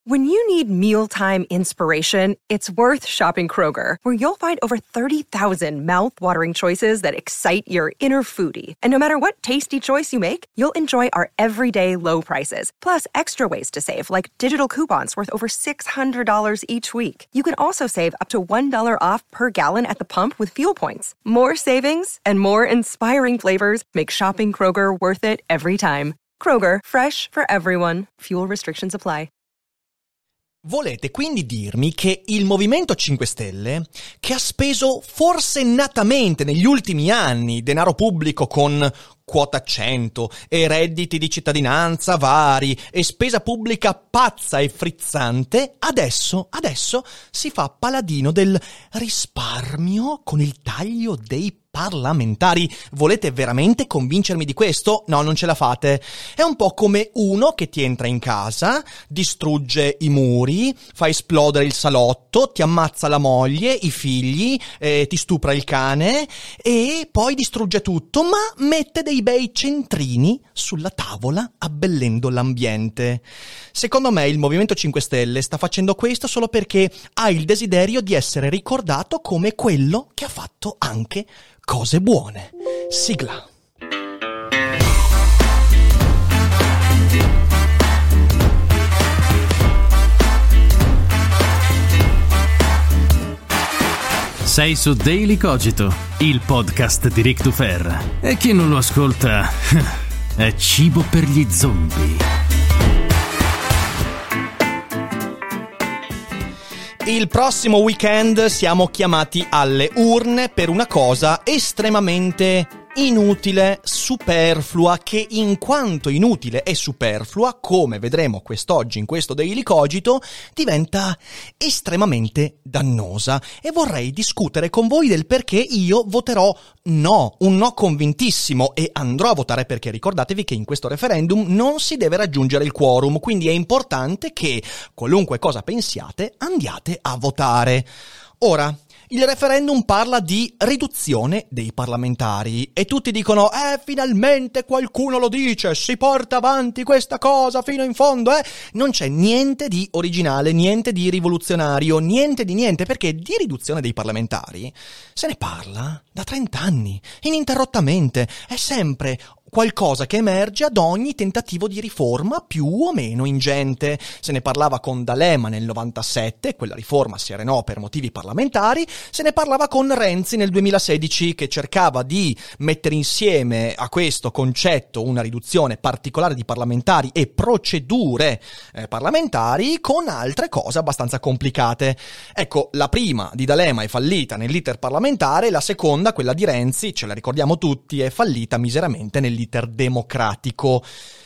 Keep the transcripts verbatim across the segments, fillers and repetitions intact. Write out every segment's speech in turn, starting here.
When you need mealtime inspiration, it's worth shopping Kroger, where you'll find over thirty thousand mouth-watering choices that excite your inner foodie. And no matter what tasty choice you make, you'll enjoy our everyday low prices, plus extra ways to save, like digital coupons worth over six hundred dollars each week. You can also save up to one dollar off per gallon at the pump with fuel points. More savings and more inspiring flavors make shopping Kroger worth it every time. Kroger, fresh for everyone. Fuel restrictions apply. Volete quindi dirmi che il Movimento cinque Stelle, che ha speso forsennatamente negli ultimi anni denaro pubblico con quota cento e redditi di cittadinanza vari e spesa pubblica pazza e frizzante, adesso, adesso si fa paladino del risparmio con il taglio dei parlamentari? Volete veramente convincermi di questo? No, non ce la fate. È un po' come uno che ti entra in casa, distrugge i muri, fa esplodere il salotto, ti ammazza la moglie, i figli, eh, ti stupra il cane e poi distrugge tutto, ma mette dei bei centrini sulla tavola abbellendo l'ambiente. Secondo me il Movimento cinque Stelle sta facendo questo solo perché ha il desiderio di essere ricordato come quello che ha fatto anche cose buone. Sigla. Sei su Daily Cogito, il podcast di Ric Dufer. E chi non lo ascolta è cibo per gli zombie. Il prossimo weekend siamo chiamati alle urne per una cosa estremamente inutile, superflua, che in quanto inutile e superflua, come vedremo quest'oggi in questo Daily Cogito, diventa estremamente dannosa. E vorrei discutere con voi del perché io voterò no, un no convintissimo, e andrò a votare perché ricordatevi che in questo referendum non si deve raggiungere il quorum, quindi è importante che, qualunque cosa pensiate, andiate a votare. Ora, il referendum parla di riduzione dei parlamentari e tutti dicono eh finalmente qualcuno lo dice, si porta avanti questa cosa fino in fondo, eh non c'è niente di originale, niente di rivoluzionario, niente di niente, perché di riduzione dei parlamentari se ne parla da trent'anni, ininterrottamente, è sempre qualcosa che emerge ad ogni tentativo di riforma più o meno ingente. Se ne parlava con D'Alema nel novantasette, quella riforma si arenò per motivi parlamentari, se ne parlava con Renzi nel duemilasedici, che cercava di mettere insieme a questo concetto una riduzione particolare di parlamentari e procedure eh, parlamentari con altre cose abbastanza complicate. Ecco, la prima di D'Alema è fallita nell'iter parlamentare, la seconda, quella di Renzi, ce la ricordiamo tutti, è fallita miseramente nell'iter democratico.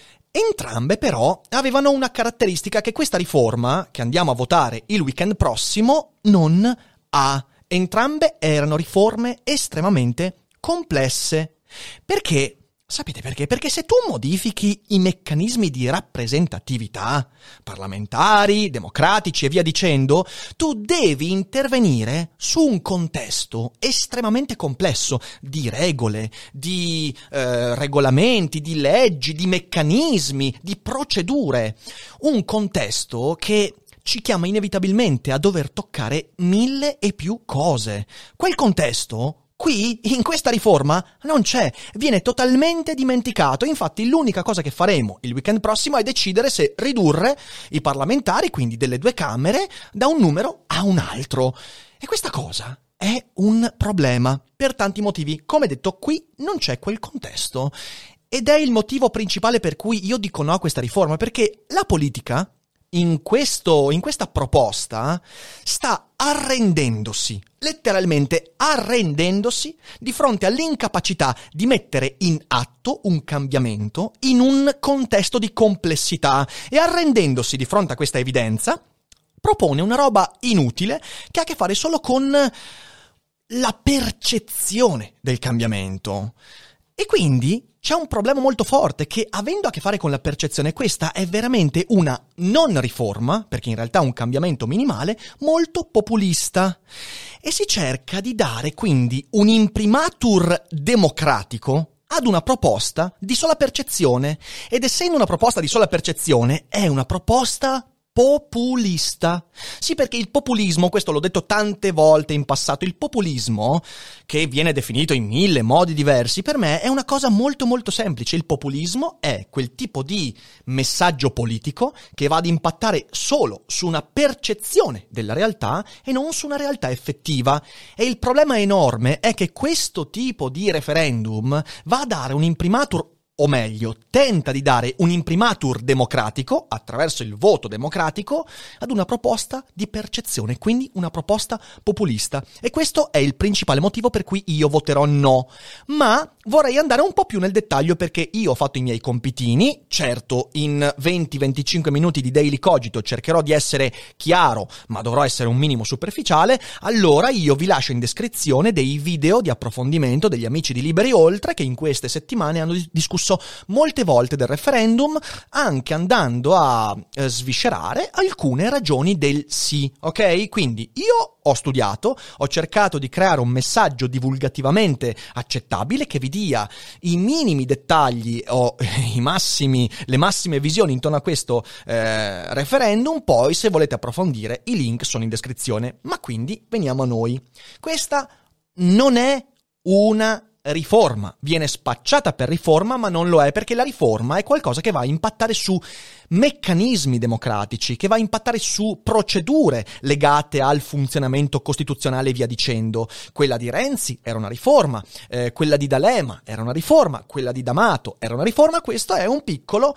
Entrambe però avevano una caratteristica che questa riforma, che andiamo a votare il weekend prossimo, non ha. Entrambe erano riforme estremamente complesse. Perché? Sapete perché? Perché se tu modifichi i meccanismi di rappresentatività parlamentari, democratici e via dicendo, tu devi intervenire su un contesto estremamente complesso di regole, di eh, regolamenti, di leggi, di meccanismi, di procedure. Un contesto che ci chiama inevitabilmente a dover toccare mille e più cose. Quel contesto qui, in questa riforma, non c'è, viene totalmente dimenticato. Infatti l'unica cosa che faremo il weekend prossimo è decidere se ridurre i parlamentari, quindi delle due camere, da un numero a un altro. E questa cosa è un problema, per tanti motivi. Come detto, qui non c'è quel contesto. Ed è il motivo principale per cui io dico no a questa riforma, perché la politica, in questo, in questa proposta, sta arrendendosi, letteralmente arrendendosi di fronte all'incapacità di mettere in atto un cambiamento in un contesto di complessità, e arrendendosi di fronte a questa evidenza propone una roba inutile che ha a che fare solo con la percezione del cambiamento. E quindi c'è un problema molto forte che, avendo a che fare con la percezione, questa è veramente una non riforma, perché in realtà è un cambiamento minimale, molto populista. E si cerca di dare quindi un imprimatur democratico ad una proposta di sola percezione. Ed essendo una proposta di sola percezione, è una proposta populista. Sì, perché il populismo, questo l'ho detto tante volte in passato, il populismo, che viene definito in mille modi diversi, per me è una cosa molto molto semplice. Il populismo è quel tipo di messaggio politico che va ad impattare solo su una percezione della realtà e non su una realtà effettiva. E il problema enorme è che questo tipo di referendum va a dare un imprimatur, o meglio, tenta di dare un imprimatur democratico, attraverso il voto democratico, ad una proposta di percezione, quindi una proposta populista. E questo è il principale motivo per cui io voterò no. Ma vorrei andare un po' più nel dettaglio perché io ho fatto i miei compitini, certo in venti venticinque minuti di Daily Cogito cercherò di essere chiaro, ma dovrò essere un minimo superficiale, allora io vi lascio in descrizione dei video di approfondimento degli amici di Liberi Oltre che in queste settimane hanno discusso molte volte del referendum, anche andando a eh, sviscerare alcune ragioni del sì, ok? Quindi io ho studiato, ho cercato di creare un messaggio divulgativamente accettabile che vi dia i minimi dettagli o i massimi, le massime visioni intorno a questo eh, referendum. Poi, se volete approfondire, i link sono in descrizione. Ma quindi veniamo a noi. Questa non è una riforma, viene spacciata per riforma ma non lo è, perché la riforma è qualcosa che va a impattare su meccanismi democratici, che va a impattare su procedure legate al funzionamento costituzionale e via dicendo. Quella di Renzi era una riforma, eh, quella di D'Alema era una riforma, quella di D'Amato era una riforma. Questo è un piccolo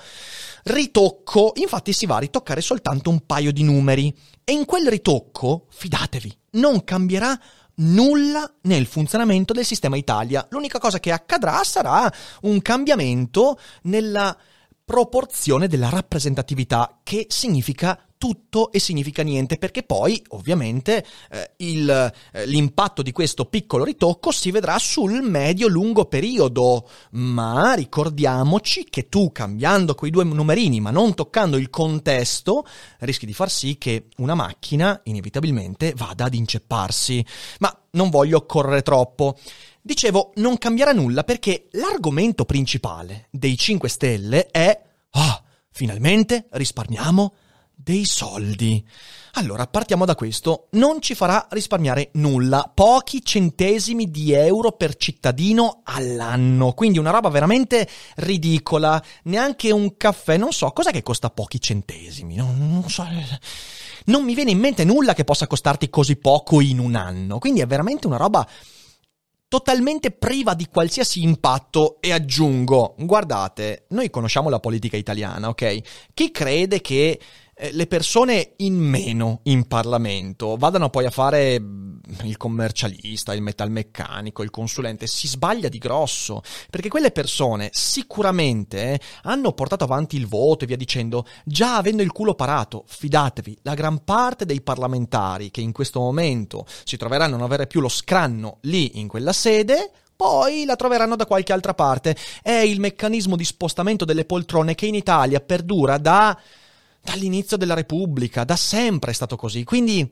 ritocco, infatti si va a ritoccare soltanto un paio di numeri e in quel ritocco, fidatevi, non cambierà nulla nel funzionamento del sistema Italia. L'unica cosa che accadrà sarà un cambiamento nella proporzione della rappresentatività, che significa tutto e significa niente, perché poi ovviamente eh, il, eh, l'impatto di questo piccolo ritocco si vedrà sul medio-lungo periodo, ma ricordiamoci che tu, cambiando quei due numerini ma non toccando il contesto, rischi di far sì che una macchina inevitabilmente vada ad incepparsi. Ma non voglio correre troppo. Dicevo, non cambierà nulla perché l'argomento principale dei cinque Stelle è ah, finalmente risparmiamo dei soldi. Allora, partiamo da questo. Non ci farà risparmiare nulla, pochi centesimi di euro per cittadino all'anno, quindi una roba veramente ridicola. Neanche un caffè, non so, cos'è che costa pochi centesimi? Non, non so, non mi viene in mente nulla che possa costarti così poco in un anno, quindi è veramente una roba totalmente priva di qualsiasi impatto. E aggiungo, guardate, noi conosciamo la politica italiana, ok? Chi crede che le persone in meno in Parlamento vadano poi a fare il commercialista, il metalmeccanico, il consulente, si sbaglia di grosso, perché quelle persone sicuramente hanno portato avanti il voto e via dicendo, già avendo il culo parato. Fidatevi, la gran parte dei parlamentari che in questo momento si troveranno a non avere più lo scranno lì in quella sede, poi la troveranno da qualche altra parte. È il meccanismo di spostamento delle poltrone che in Italia perdura da dall'inizio della Repubblica, da sempre è stato così, quindi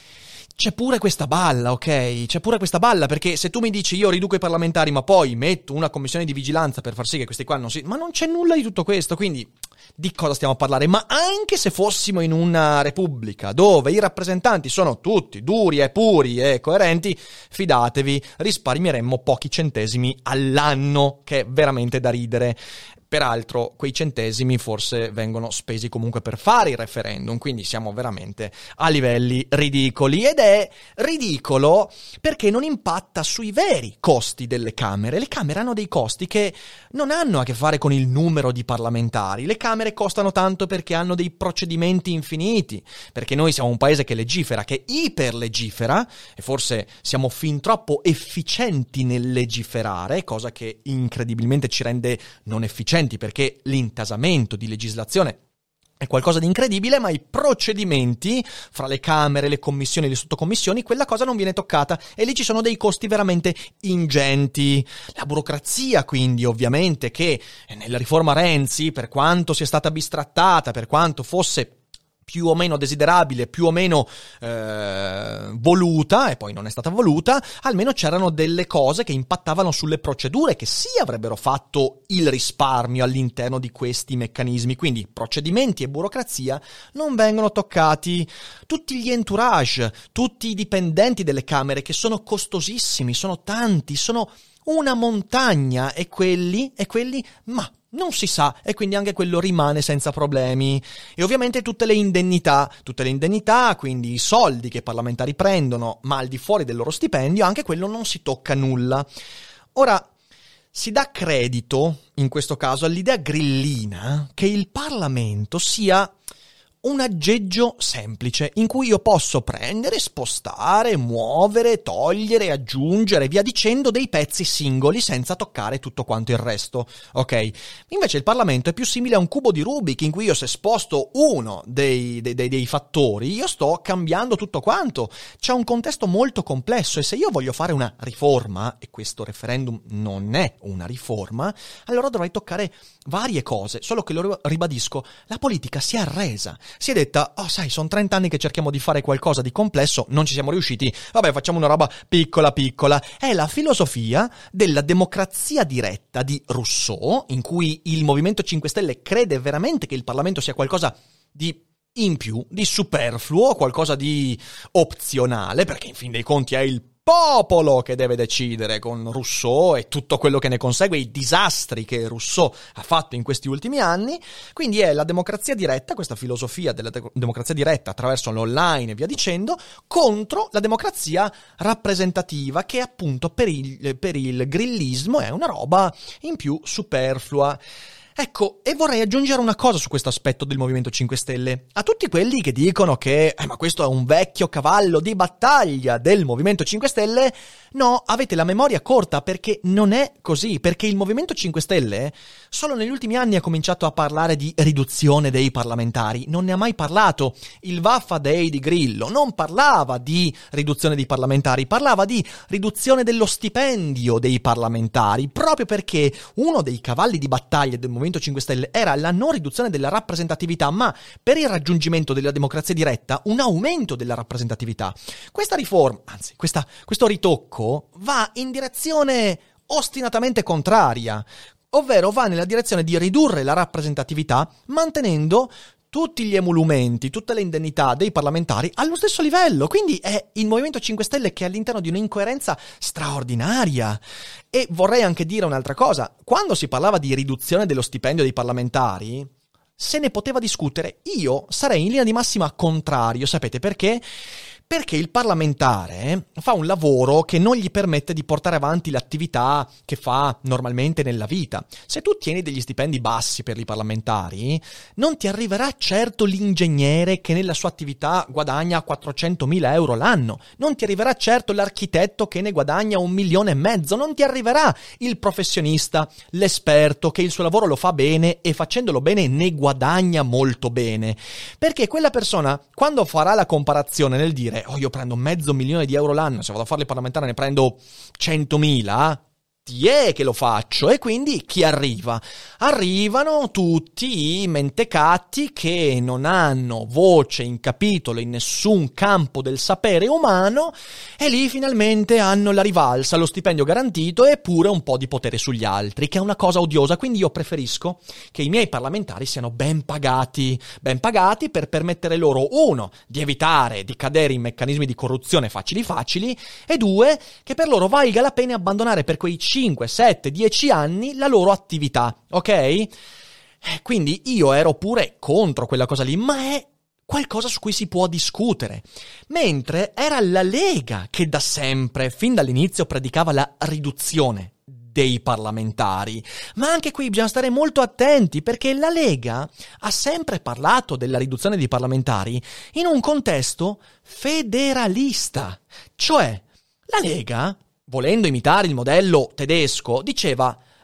c'è pure questa balla, ok? C'è pure questa balla, perché se tu mi dici io riduco i parlamentari ma poi metto una commissione di vigilanza per far sì che questi qua non si... ma non c'è nulla di tutto questo, quindi di cosa stiamo a parlare? Ma anche se fossimo in una repubblica dove i rappresentanti sono tutti duri e puri e coerenti, fidatevi, risparmieremmo pochi centesimi all'anno, che è veramente da ridere. Peraltro quei centesimi forse vengono spesi comunque per fare il referendum, quindi siamo veramente a livelli ridicoli. Ed è ridicolo perché non impatta sui veri costi delle Camere. Le Camere hanno dei costi che non hanno a che fare con il numero di parlamentari. Le Camere costano tanto perché hanno dei procedimenti infiniti, perché noi siamo un paese che legifera, che iperlegifera, e forse siamo fin troppo efficienti nel legiferare, cosa che incredibilmente ci rende non efficienti, perché l'intasamento di legislazione è qualcosa di incredibile, ma i procedimenti fra le Camere, le commissioni e le sottocommissioni, quella cosa non viene toccata e lì ci sono dei costi veramente ingenti. La burocrazia, quindi, ovviamente, che nella riforma Renzi, per quanto sia stata bistrattata, per quanto fosse più o meno desiderabile, più o meno eh, voluta, e poi non è stata voluta, almeno c'erano delle cose che impattavano sulle procedure, che sì avrebbero fatto il risparmio all'interno di questi meccanismi. Quindi procedimenti e burocrazia non vengono toccati. Tutti gli entourage, tutti i dipendenti delle Camere, che sono costosissimi, sono tanti, sono una montagna, e quelli, e quelli, ma non si sa, e quindi anche quello rimane senza problemi. E ovviamente tutte le indennità, tutte le indennità, quindi i soldi che i parlamentari prendono, ma al di fuori del loro stipendio, anche quello non si tocca nulla. Ora, si dà credito, in questo caso, all'idea grillina che il Parlamento sia un aggeggio semplice in cui io posso prendere, spostare, muovere, togliere, aggiungere, via dicendo, dei pezzi singoli senza toccare tutto quanto il resto, ok? Invece il Parlamento è più simile a un cubo di Rubik, in cui io, se sposto uno dei, dei, dei, dei fattori, io sto cambiando tutto quanto. C'è un contesto molto complesso, e se io voglio fare una riforma, e questo referendum non è una riforma, allora dovrei toccare varie cose, solo che, lo ribadisco, la politica si è arresa. Si è detta, oh sai, sono trenta anni che cerchiamo di fare qualcosa di complesso, non ci siamo riusciti, vabbè, facciamo una roba piccola piccola. È la filosofia della democrazia diretta di Rousseau, in cui il Movimento cinque Stelle crede veramente che il Parlamento sia qualcosa di in più, di superfluo, qualcosa di opzionale, perché in fin dei conti è il popolo che deve decidere, con Rousseau e tutto quello che ne consegue, i disastri che Rousseau ha fatto in questi ultimi anni. Quindi è la democrazia diretta, questa filosofia della de- democrazia diretta attraverso l'online e via dicendo, contro la democrazia rappresentativa, che appunto per il, per il grillismo è una roba in più superflua. Ecco, e vorrei aggiungere una cosa su questo aspetto del Movimento cinque Stelle. A tutti quelli che dicono che eh, ma questo è un vecchio cavallo di battaglia del Movimento cinque Stelle, no, avete la memoria corta, perché non è così, perché il Movimento cinque Stelle solo negli ultimi anni ha cominciato a parlare di riduzione dei parlamentari, non ne ha mai parlato. Il Vaffa Day di Grillo non parlava di riduzione dei parlamentari, parlava di riduzione dello stipendio dei parlamentari, proprio perché uno dei cavalli di battaglia del Movimento cinque Stelle era la non riduzione della rappresentatività, ma per il raggiungimento della democrazia diretta un aumento della rappresentatività. Questa riforma, anzi questa, questo ritocco va in direzione ostinatamente contraria, ovvero va nella direzione di ridurre la rappresentatività mantenendo tutti gli emolumenti, tutte le indennità dei parlamentari allo stesso livello. Quindi è il Movimento cinque Stelle che è all'interno di un'incoerenza straordinaria. E vorrei anche dire un'altra cosa: quando si parlava di riduzione dello stipendio dei parlamentari, se ne poteva discutere. Io sarei in linea di massima contrario, sapete perché? Perché il parlamentare fa un lavoro che non gli permette di portare avanti l'attività che fa normalmente nella vita. Se tu tieni degli stipendi bassi per i parlamentari, non ti arriverà certo l'ingegnere che nella sua attività guadagna quattrocentomila euro l'anno, non ti arriverà certo l'architetto che ne guadagna un milione e mezzo, non ti arriverà il professionista, l'esperto che il suo lavoro lo fa bene e facendolo bene ne guadagna molto bene. Perché quella persona, quando farà la comparazione nel dire oh, io prendo mezzo milione di euro l'anno, se vado a fare il parlamentare ne prendo centomila, ti è che lo faccio. E quindi chi arriva? Arrivano tutti i mentecatti che non hanno voce in capitolo in nessun campo del sapere umano, e lì finalmente hanno la rivalsa, lo stipendio garantito e pure un po' di potere sugli altri, che è una cosa odiosa. Quindi io preferisco che i miei parlamentari siano ben pagati, ben pagati per permettere loro, uno, di evitare di cadere in meccanismi di corruzione facili facili, e due, che per loro valga la pena abbandonare per quei cinque, sette, dieci anni la loro attività, ok? Quindi io ero pure contro quella cosa lì, ma è qualcosa su cui si può discutere. Mentre era la Lega che da sempre, fin dall'inizio, predicava la riduzione dei parlamentari. Ma anche qui bisogna stare molto attenti, perché la Lega ha sempre parlato della riduzione dei parlamentari in un contesto federalista. Cioè, la Lega, volendo imitare il modello tedesco, diceva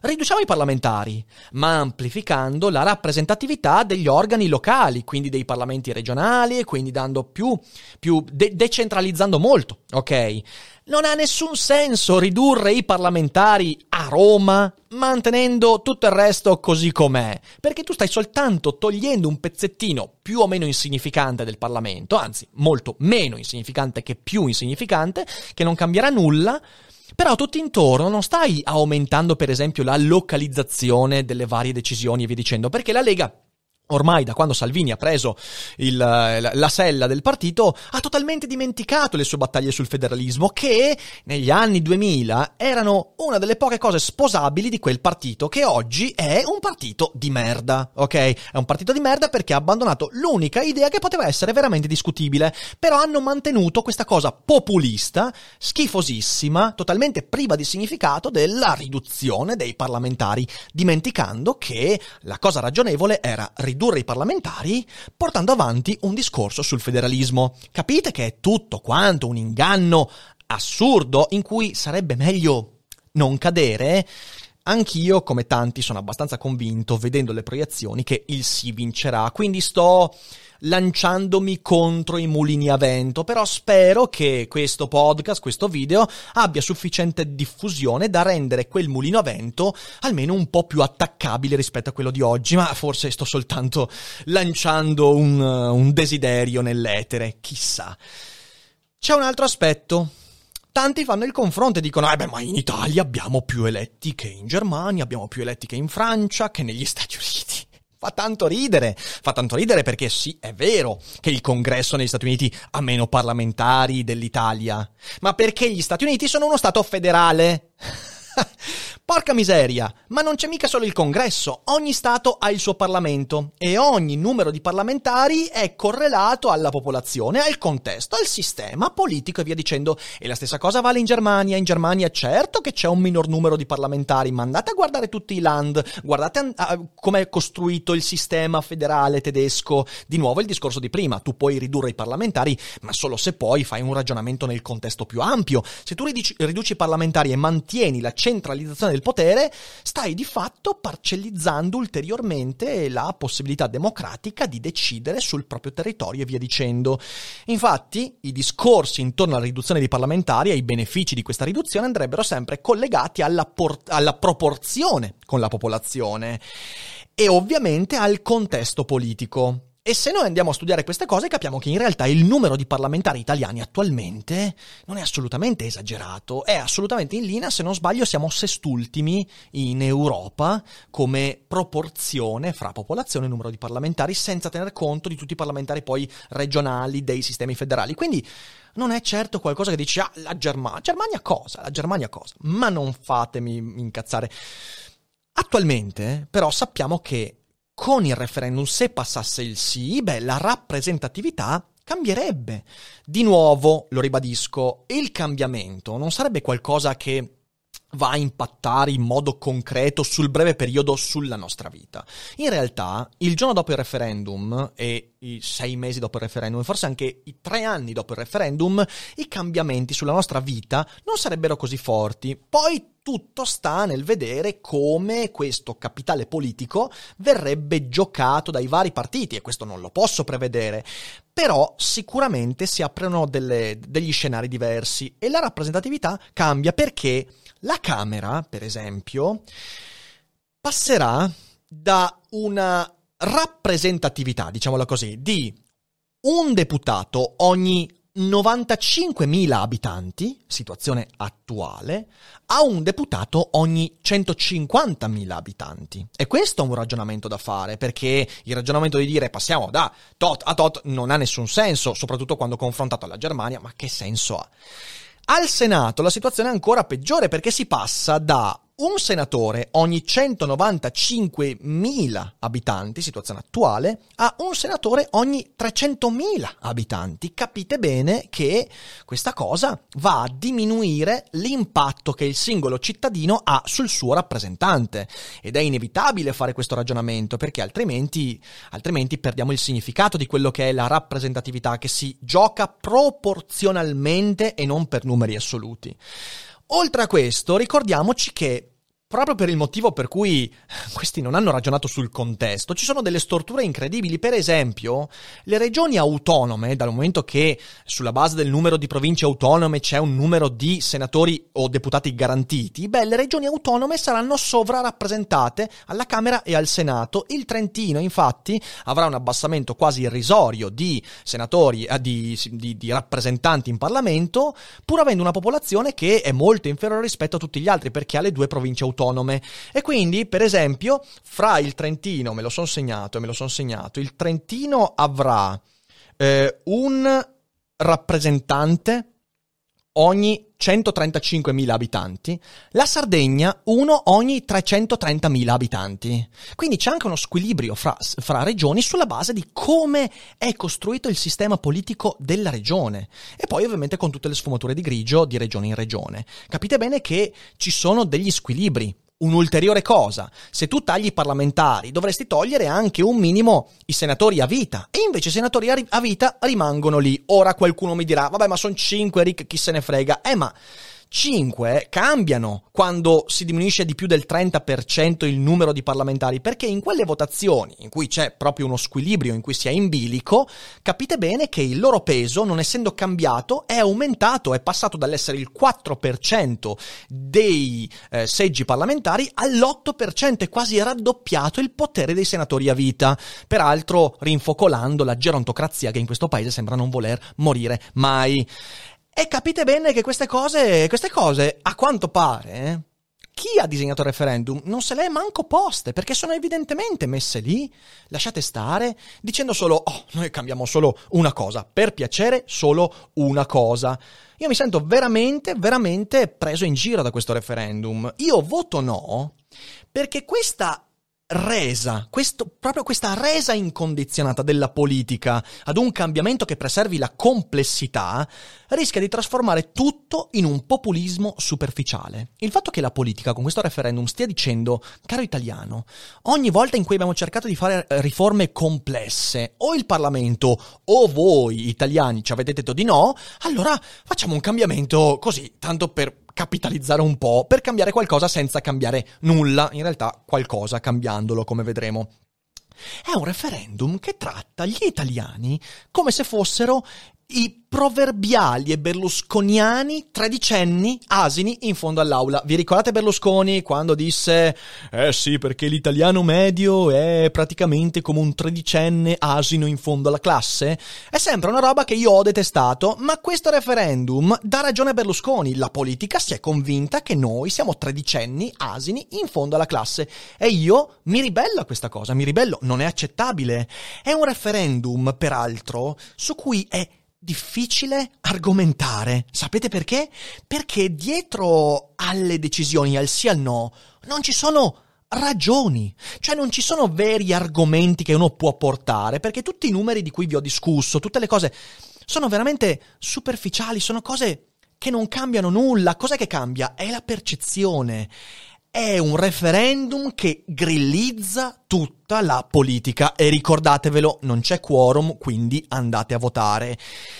riduciamo i parlamentari, ma amplificando la rappresentatività degli organi locali, quindi dei parlamenti regionali e quindi dando più, più de- decentralizzando molto, ok? Non ha nessun senso ridurre i parlamentari a Roma mantenendo tutto il resto così com'è, perché tu stai soltanto togliendo un pezzettino più o meno insignificante del Parlamento, anzi molto meno insignificante che più insignificante, che non cambierà nulla. Però tutto intorno non stai aumentando per esempio la localizzazione delle varie decisioni e via dicendo, perché la Lega ormai da quando Salvini ha preso il, la sella del partito ha totalmente dimenticato le sue battaglie sul federalismo, che negli anni duemila erano una delle poche cose sposabili di quel partito, che oggi è un partito di merda, ok? È un partito di merda perché ha abbandonato l'unica idea che poteva essere veramente discutibile, però hanno mantenuto questa cosa populista, schifosissima, totalmente priva di significato della riduzione dei parlamentari, dimenticando che la cosa ragionevole era ridurre ridurre i parlamentari portando avanti un discorso sul federalismo. Capite che è tutto quanto un inganno assurdo in cui sarebbe meglio non cadere? Anch'io, come tanti, sono abbastanza convinto, vedendo le proiezioni, che il sì vincerà, quindi sto lanciandomi contro i mulini a vento, però spero che questo podcast, questo video, abbia sufficiente diffusione da rendere quel mulino a vento almeno un po' più attaccabile rispetto a quello di oggi, ma forse sto soltanto lanciando un, un desiderio nell'etere, chissà. C'è un altro aspetto. Tanti fanno il confronto e dicono eh beh, ma in Italia abbiamo più eletti che in Germania, abbiamo più eletti che in Francia, che negli Stati Uniti. Fa tanto ridere, fa tanto ridere perché sì, è vero che il congresso negli Stati Uniti ha meno parlamentari dell'Italia, ma perché gli Stati Uniti sono uno stato federale. Porca miseria, ma non c'è mica solo il congresso, ogni stato ha il suo Parlamento e ogni numero di parlamentari è correlato alla popolazione, al contesto, al sistema politico e via dicendo. E la stessa cosa vale in Germania. In Germania certo che c'è un minor numero di parlamentari, ma andate a guardare tutti i land, guardate come è costruito il sistema federale tedesco. Di nuovo il discorso di prima, tu puoi ridurre i parlamentari, ma solo se poi fai un ragionamento nel contesto più ampio. Se tu riduci, riduci i parlamentari e mantieni la centralizzazione del potere, stai di fatto parcellizzando ulteriormente la possibilità democratica di decidere sul proprio territorio e via dicendo. Infatti, i discorsi intorno alla riduzione dei parlamentari e ai benefici di questa riduzione andrebbero sempre collegati alla, por- alla proporzione con la popolazione e ovviamente al contesto politico. E se noi andiamo a studiare queste cose capiamo che in realtà il numero di parlamentari italiani attualmente non è assolutamente esagerato, è assolutamente in linea, se non sbaglio siamo sestultimi in Europa come proporzione fra popolazione e numero di parlamentari, senza tener conto di tutti i parlamentari poi regionali dei sistemi federali. Quindi non è certo qualcosa che dici, ah, la Germania, Germania cosa? La Germania cosa? Ma non fatemi incazzare. Attualmente però sappiamo che con il referendum, se passasse il sì, beh, la rappresentatività cambierebbe. Di nuovo, lo ribadisco, il cambiamento non sarebbe qualcosa che va a impattare in modo concreto sul breve periodo sulla nostra vita. In realtà, il giorno dopo il referendum e i sei mesi dopo il referendum, forse anche i tre anni dopo il referendum, i cambiamenti sulla nostra vita non sarebbero così forti. Poi tutto sta nel vedere come questo capitale politico verrebbe giocato dai vari partiti, e questo non lo posso prevedere. Però sicuramente si aprono delle, degli scenari diversi e la rappresentatività cambia, perché la Camera, per esempio, passerà da una rappresentatività, diciamola così, di un deputato ogni novantacinquemila abitanti, situazione attuale, a un deputato ogni centocinquantamila abitanti. E questo è un ragionamento da fare, perché il ragionamento di dire passiamo da tot a tot non ha nessun senso, soprattutto quando confrontato alla Germania. Ma che senso ha? Al Senato la situazione è ancora peggiore, perché si passa da un senatore ogni centonovantacinquemila abitanti, situazione attuale, a un senatore ogni trecentomila abitanti. Capite bene che questa cosa va a diminuire l'impatto che il singolo cittadino ha sul suo rappresentante. Ed è inevitabile fare questo ragionamento, perché altrimenti, altrimenti perdiamo il significato di quello che è la rappresentatività, che si gioca proporzionalmente e non per numeri assoluti. Oltre a questo, ricordiamoci che proprio per il motivo per cui questi non hanno ragionato sul contesto, ci sono delle storture incredibili. Per esempio, le regioni autonome, dal momento che sulla base del numero di province autonome c'è un numero di senatori o deputati garantiti, beh, le regioni autonome saranno sovrarappresentate alla Camera e al Senato. Il Trentino, infatti, avrà un abbassamento quasi irrisorio di senatori, eh, di, di, di rappresentanti in Parlamento, pur avendo una popolazione che è molto inferiore rispetto a tutti gli altri, perché ha le due province autonome. Autonome. E quindi, per esempio, fra il Trentino, me lo son segnato, me lo son segnato, il Trentino avrà eh, un rappresentante ogni centotrentacinquemila abitanti, la Sardegna uno ogni trecentotrentamila abitanti. Quindi c'è anche uno squilibrio fra, fra regioni sulla base di come è costruito il sistema politico della regione, e poi ovviamente con tutte le sfumature di grigio di regione in regione. Capite bene che ci sono degli squilibri. Un'ulteriore cosa, se tu tagli i parlamentari dovresti togliere anche un minimo i senatori a vita, e invece i senatori a vita rimangono lì. Ora qualcuno mi dirà, vabbè, ma sono cinque, Rick, chi se ne frega? Eh ma cinque cambiano quando si diminuisce di più del trenta per cento il numero di parlamentari, perché in quelle votazioni in cui c'è proprio uno squilibrio, in cui si è in bilico, capite bene che il loro peso, non essendo cambiato, è aumentato, è passato dall'essere il quattro per cento dei eh, seggi parlamentari all'otto per cento, è quasi raddoppiato il potere dei senatori a vita, peraltro rinfocolando la gerontocrazia che in questo paese sembra non voler morire mai. E capite bene che queste cose, queste cose, a quanto pare, eh, chi ha disegnato il referendum non se le è manco poste, perché sono evidentemente messe lì, lasciate stare, dicendo solo, oh, noi cambiamo solo una cosa, per piacere solo una cosa. Io mi sento veramente, veramente preso in giro da questo referendum. Io voto no, perché questa resa, questo, proprio questa resa incondizionata della politica ad un cambiamento che preservi la complessità rischia di trasformare tutto in un populismo superficiale. Il fatto che la politica con questo referendum stia dicendo, caro italiano, ogni volta in cui abbiamo cercato di fare riforme complesse, o il Parlamento o voi italiani ci avete detto di no, allora facciamo un cambiamento così, tanto per capitalizzare un po', per cambiare qualcosa senza cambiare nulla, in realtà qualcosa cambiandolo, come vedremo. È un referendum che tratta gli italiani come se fossero i proverbiali e berlusconiani tredicenni asini in fondo all'aula. Vi ricordate Berlusconi quando disse eh sì, perché l'italiano medio è praticamente come un tredicenne asino in fondo alla classe? È sempre una roba che io ho detestato, ma questo referendum dà ragione a Berlusconi. La politica si è convinta che noi siamo tredicenni asini in fondo alla classe, e io mi ribello a questa cosa, mi ribello, non è accettabile. È un referendum, peraltro, su cui è difficile argomentare. Sapete perché? Perché dietro alle decisioni, al sì al no, non ci sono ragioni, cioè non ci sono veri argomenti che uno può portare, perché tutti i numeri di cui vi ho discusso, tutte le cose, sono veramente superficiali, sono cose che non cambiano nulla. Cos'è che cambia? È la percezione. È un referendum che grillizza tutta la politica, e ricordatevelo, non c'è quorum, quindi andate a votare.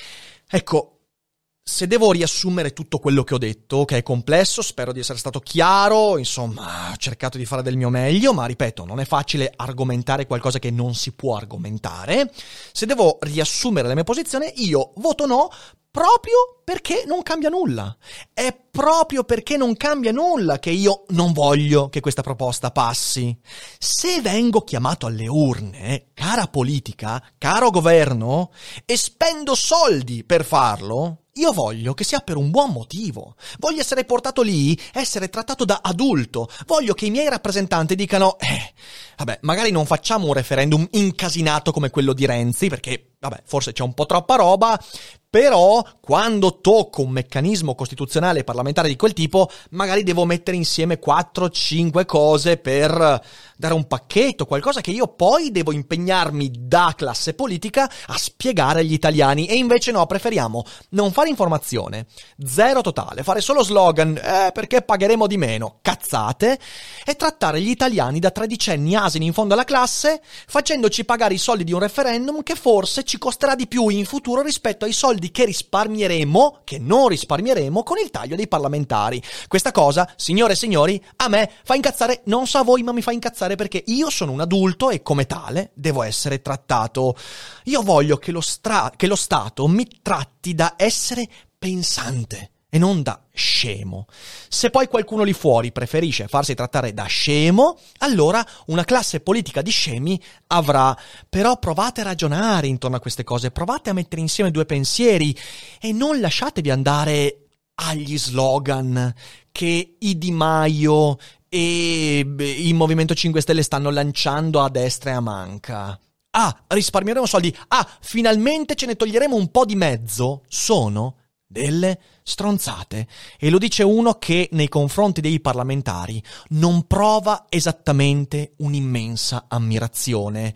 Ecco, se devo riassumere tutto quello che ho detto, che è complesso, spero di essere stato chiaro, insomma, ho cercato di fare del mio meglio, ma ripeto, non è facile argomentare qualcosa che non si può argomentare. Se devo riassumere la mia posizione, io voto no, proprio perché non cambia nulla. È proprio perché non cambia nulla che io non voglio che questa proposta passi. Se vengo chiamato alle urne, cara politica, caro governo, e spendo soldi per farlo, io voglio che sia per un buon motivo. Voglio essere portato lì, essere trattato da adulto. Voglio che i miei rappresentanti dicano, eh, vabbè, magari non facciamo un referendum incasinato come quello di Renzi, perché, vabbè, forse c'è un po' troppa roba, però quando tocco un meccanismo costituzionale e parlamentare di quel tipo, magari devo mettere insieme quattro cinque cose per dare un pacchetto, qualcosa che io poi devo impegnarmi da classe politica a spiegare agli italiani. E invece no, preferiamo non fare informazione, zero totale, fare solo slogan, eh, perché pagheremo di meno, cazzate, e trattare gli italiani da tredicenni asini in fondo alla classe, facendoci pagare i soldi di un referendum che forse ci costerà di più in futuro rispetto ai soldi soldi che risparmieremo, che non risparmieremo con il taglio dei parlamentari. Questa cosa, signore e signori, a me fa incazzare, non so a voi, ma mi fa incazzare perché io sono un adulto e come tale devo essere trattato. Io voglio che lo, stra- che lo Stato mi tratti da essere pensante e non da scemo. Se poi qualcuno lì fuori preferisce farsi trattare da scemo, allora una classe politica di scemi avrà. Però provate a ragionare intorno a queste cose, provate a mettere insieme due pensieri e non lasciatevi andare agli slogan che i Di Maio e il Movimento cinque Stelle stanno lanciando a destra e a manca. Ah, risparmieremo soldi. Ah, finalmente ce ne toglieremo un po' di mezzo. Sono delle stronzate. E lo dice uno che nei confronti dei parlamentari non prova esattamente un'immensa ammirazione.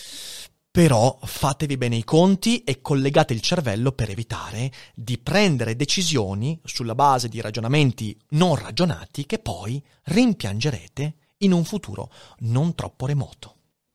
Però fatevi bene i conti e collegate il cervello per evitare di prendere decisioni sulla base di ragionamenti non ragionati che poi rimpiangerete in un futuro non troppo remoto.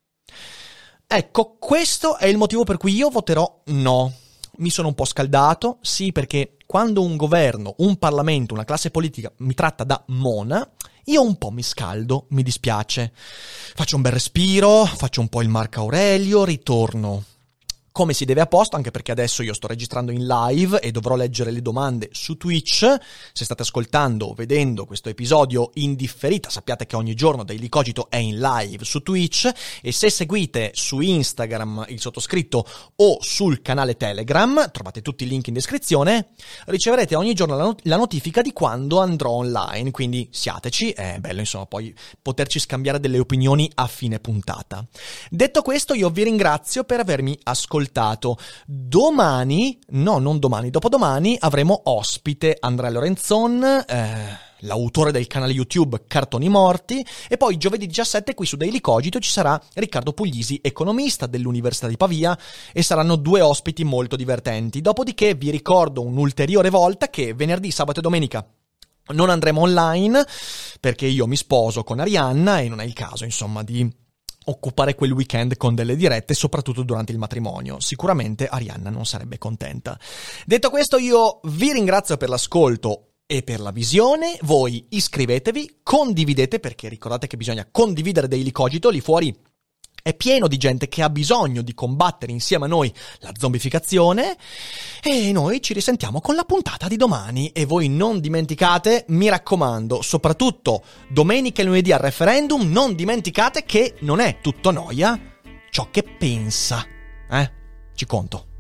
Ecco, questo è il motivo per cui io voterò no. Mi sono un po' scaldato, sì, perché quando un governo, un Parlamento, una classe politica mi tratta da mona, io un po' mi scaldo, mi dispiace. Faccio un bel respiro, faccio un po' il Marco Aurelio, ritorno come si deve a posto, anche perché adesso io sto registrando in live e dovrò leggere le domande su Twitch. Se state ascoltando o vedendo questo episodio in differita, sappiate che ogni giorno Daily Cogito è in live su Twitch, e se seguite su Instagram il sottoscritto o sul canale Telegram, trovate tutti i link in descrizione, riceverete ogni giorno la, not- la notifica di quando andrò online, quindi siateci, è bello insomma poi poterci scambiare delle opinioni a fine puntata. Detto questo, io vi ringrazio per avermi ascoltato. Domani, no, non domani, dopodomani avremo ospite Andrea Lorenzon, eh, l'autore del canale YouTube Cartoni Morti, e poi giovedì diciassette qui su Daily Cogito ci sarà Riccardo Puglisi, economista dell'Università di Pavia, e saranno due ospiti molto divertenti. Dopodiché vi ricordo un'ulteriore volta che venerdì, sabato e domenica non andremo online perché io mi sposo con Arianna e non è il caso, insomma, di occupare quel weekend con delle dirette, soprattutto durante il matrimonio. Sicuramente Arianna non sarebbe contenta. Detto questo, io vi ringrazio per l'ascolto e per la visione. Voi iscrivetevi, condividete, perché ricordate che bisogna condividere Daily Cogito. Lì fuori è pieno di gente che ha bisogno di combattere insieme a noi la zombificazione, e noi ci risentiamo con la puntata di domani. E voi non dimenticate, mi raccomando, soprattutto domenica e lunedì al referendum, non dimenticate che non è tutto noia ciò che pensa. Eh? Ci conto.